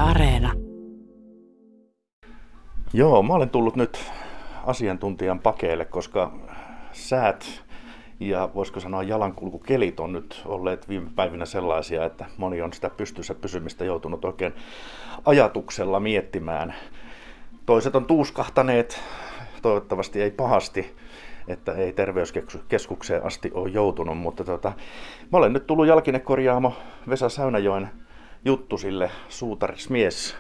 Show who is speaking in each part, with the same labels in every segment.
Speaker 1: Areena.
Speaker 2: Joo, mä olen tullut nyt asiantuntijan pakeille, koska säät ja voisiko sanoa jalankulkukelit on nyt olleet viime päivinä sellaisia, että moni on sitä pystyssä pysymistä joutunut oikein ajatuksella miettimään. Toiset on tuuskahtaneet, toivottavasti ei pahasti, että ei terveyskeskukseen asti ole joutunut, mutta mä olen nyt tullut jalkinekorjaamo Vesa Säynäjoen juttusille, suutarismies,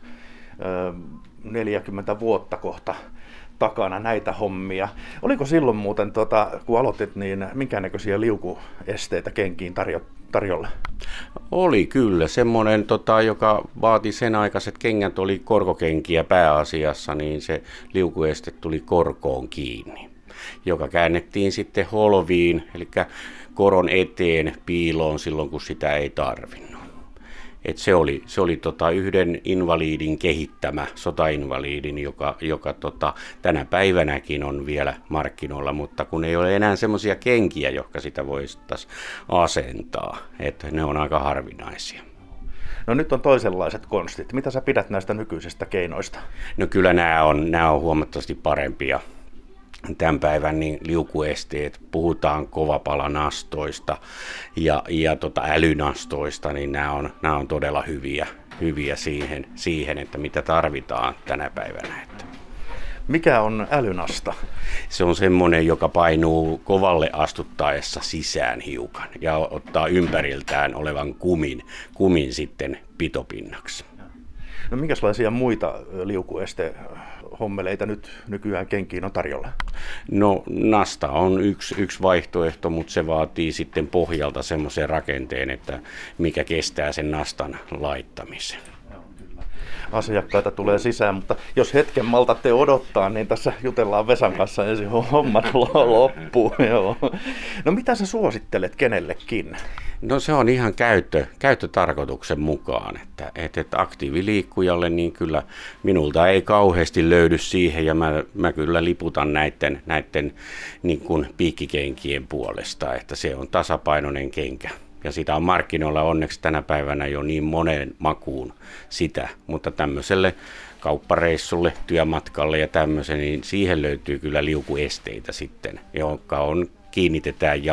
Speaker 2: 40 vuotta kohta takana näitä hommia. Oliko silloin muuten, kun aloitit, niin minkäännäköisiä liukuesteitä kenkiin tarjolla?
Speaker 3: Oli kyllä. Semmoinen, joka vaati sen aikaiset kengät, oli korkokenkiä pääasiassa, niin se liukueste tuli korkoon kiinni, joka käännettiin sitten holviin, eli koron eteen piiloon silloin, kun sitä ei tarvinnut. Et se oli yhden invalidin kehittämä, sotainvalidin, joka tänä päivänäkin on vielä markkinoilla, mutta kun ei ole enää semmoisia kenkiä, jotka sitä voitaisiin asentaa, että ne on aika harvinaisia.
Speaker 2: No nyt on toisenlaiset konstit. Mitä sä pidät näistä nykyisistä keinoista?
Speaker 3: No kyllä nämä on huomattavasti parempia. Tämän päivän niin liukuesteet, puhutaan kovapalanastoista ja älynastoista, niin nämä on todella hyviä siihen, että mitä tarvitaan tänä päivänä.
Speaker 2: Mikä on älynasta?
Speaker 3: Se on semmoinen, joka painuu kovalle astuttaessa sisään hiukan ja ottaa ympäriltään olevan kumin sitten pitopinnaksi.
Speaker 2: No minkälaisia muita liukuestehommeleita nyt nykyään kenkiin on tarjolla? No
Speaker 3: nasta on yksi vaihtoehto, mutta se vaatii sitten pohjalta semmoisen rakenteen, että mikä kestää sen nastan laittamisen.
Speaker 2: Asiakkaita tulee sisään, mutta jos hetken maltatte odottaa, niin tässä jutellaan Vesan kanssa ensin hommat loppuu. Joo. No mitä sä suosittelet kenellekin?
Speaker 3: No se on ihan käyttötarkoituksen mukaan, että aktiiviliikkujalle niin kyllä minulta ei kauheasti löydy siihen ja mä kyllä liputan näiden niin kuin piikkikenkien puolesta, että se on tasapainoinen kenkä. Ja sitä on markkinoilla onneksi tänä päivänä jo niin monen makuun sitä, mutta tämmöiselle kauppareissulle, työmatkalle ja tämmöisen, niin siihen löytyy kyllä liukuesteitä sitten, jotka kiinnitetään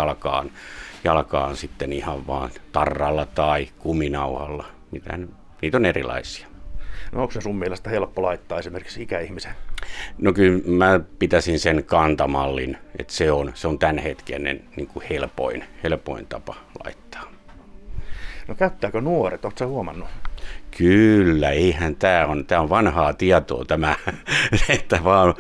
Speaker 3: jalkaan sitten ihan vaan tarralla tai kuminauhalla. Niitä on erilaisia.
Speaker 2: No onko se sun mielestä helppo laittaa esimerkiksi ikäihmisen?
Speaker 3: No kyllä mä pitäisin sen kantamallin, että se on tämänhetkinen niin kuin helpoin tapa laittaa.
Speaker 2: No käyttääkö nuoret, ootko sä huomannut?
Speaker 3: Kyllä, eihän tämä on vanhaa tietoa tämä, että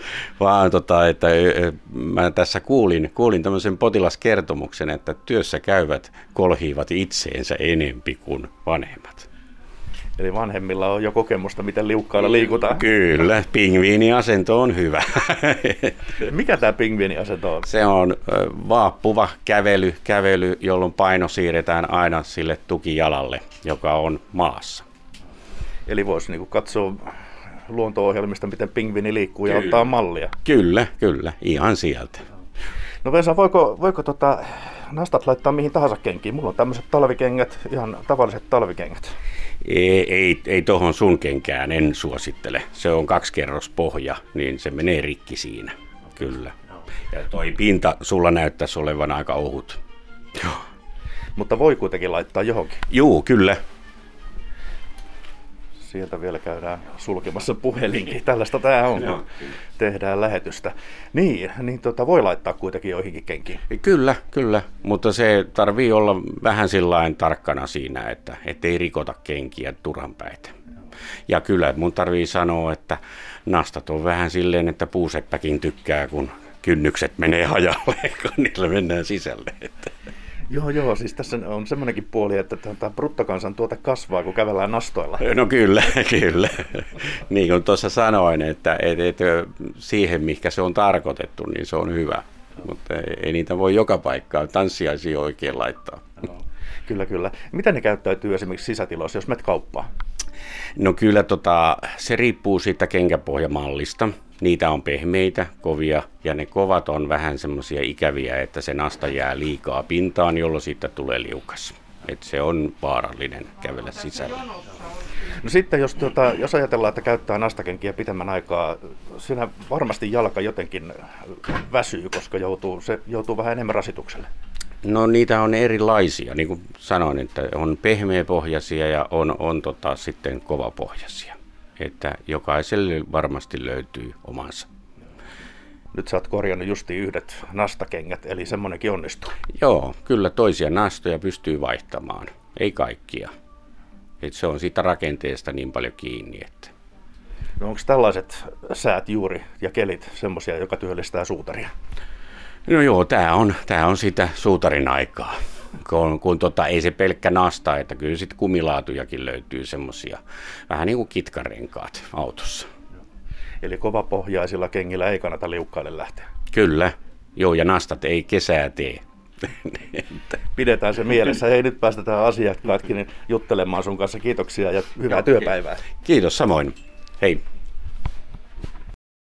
Speaker 3: että mä tässä kuulin tämmöisen potilaskertomuksen, että työssä käyvät kolhivat itseensä enempi kuin vanhemmat.
Speaker 2: Eli vanhemmilla on jo kokemusta, miten liukkailla liikutaan.
Speaker 3: Kyllä, pingviiniasento on hyvä.
Speaker 2: Mikä tämä pingviiniasento on?
Speaker 3: Se on vaappuva kävely, jolloin paino siirretään aina sille tukijalalle, joka on maassa.
Speaker 2: Eli voisi katsoa luonto-ohjelmista, miten pingviini liikkuu ja ottaa mallia.
Speaker 3: Kyllä, ihan sieltä.
Speaker 2: No Vesa, voiko nastat laittaa mihin tahansa kenkiin? Mulla on tämmöiset talvikengät, ihan tavalliset talvikengät.
Speaker 3: Ei tohon sun kenkään, en suosittele. Se on 2-kerrospohja, niin se menee rikki siinä, kyllä. Ja toi pinta sulla näyttäisi olevan aika ohut. Joo.
Speaker 2: Mutta voi kuitenkin laittaa johonkin.
Speaker 3: Juu, kyllä.
Speaker 2: Sieltä vielä käydään sulkemassa puhelinkin. Tällaista tämä on, kun tehdään lähetystä. Niin voi laittaa kuitenkin joihinkin kenkiin.
Speaker 3: Kyllä, mutta se tarvii olla vähän sillain tarkkana siinä, että ei rikota kenkiä turhanpäitä. Ja kyllä mun tarvii sanoa, että nastat on vähän silleen, että puuseppäkin tykkää, kun kynnykset menee hajalle, kun niillä mennään sisälle.
Speaker 2: Joo, siis tässä on semmoinenkin puoli, että bruttokansantuote kasvaa, kun kävellään nastoilla.
Speaker 3: No kyllä. Niin kuin tuossa sanoin, että siihen, mihinkä se on tarkoitettu, niin se on hyvä. Mutta ei niitä voi joka paikkaan tanssiaisia oikein laittaa.
Speaker 2: No, kyllä. Miten ne käyttäytyy esimerkiksi sisätiloissa, jos menet kauppaan?
Speaker 3: No kyllä se riippuu siitä kenkäpohjamallista. Niitä on pehmeitä, kovia ja ne kovat on vähän semmoisia ikäviä, että se nasta jää liikaa pintaan, jolloin siitä tulee liukas. Et se on vaarallinen kävellä sisällä.
Speaker 2: No sitten jos ajatellaan, että käyttää nastakenkiä pitemmän aikaa, siinä varmasti jalka jotenkin väsyy, koska se joutuu vähän enemmän rasitukselle.
Speaker 3: No niitä on erilaisia, niin kuin sanoin, että on pehmeäpohjaisia ja on sitten kovapohjaisia. Että jokaiselle varmasti löytyy omansa.
Speaker 2: Nyt sä oot korjannut justiin yhdet nastakengät, eli semmoinenkin onnistuu.
Speaker 3: Joo, kyllä toisia nastoja pystyy vaihtamaan, ei kaikkia. Et se on siitä rakenteesta niin paljon kiinni. Että.
Speaker 2: No onko tällaiset säät juuri ja kelit semmoisia, joka työllistää suutaria?
Speaker 3: No joo, tää on sitä suutarin aikaa. Kun ei se pelkkä nasta, että kyllä sitten kumilaatujakin löytyy semmoisia, vähän niin kuin kitkarenkaat autossa.
Speaker 2: Eli kovapohjaisilla kengillä ei kannata liukkaille lähteä.
Speaker 3: Kyllä, joo, ja nastat ei kesää tee.
Speaker 2: Pidetään se mielessä. Hei, nyt päästetään asiakkaatkin juttelemaan sun kanssa. Kiitoksia ja hyvää työpäivää.
Speaker 3: Kiitos samoin. Hei.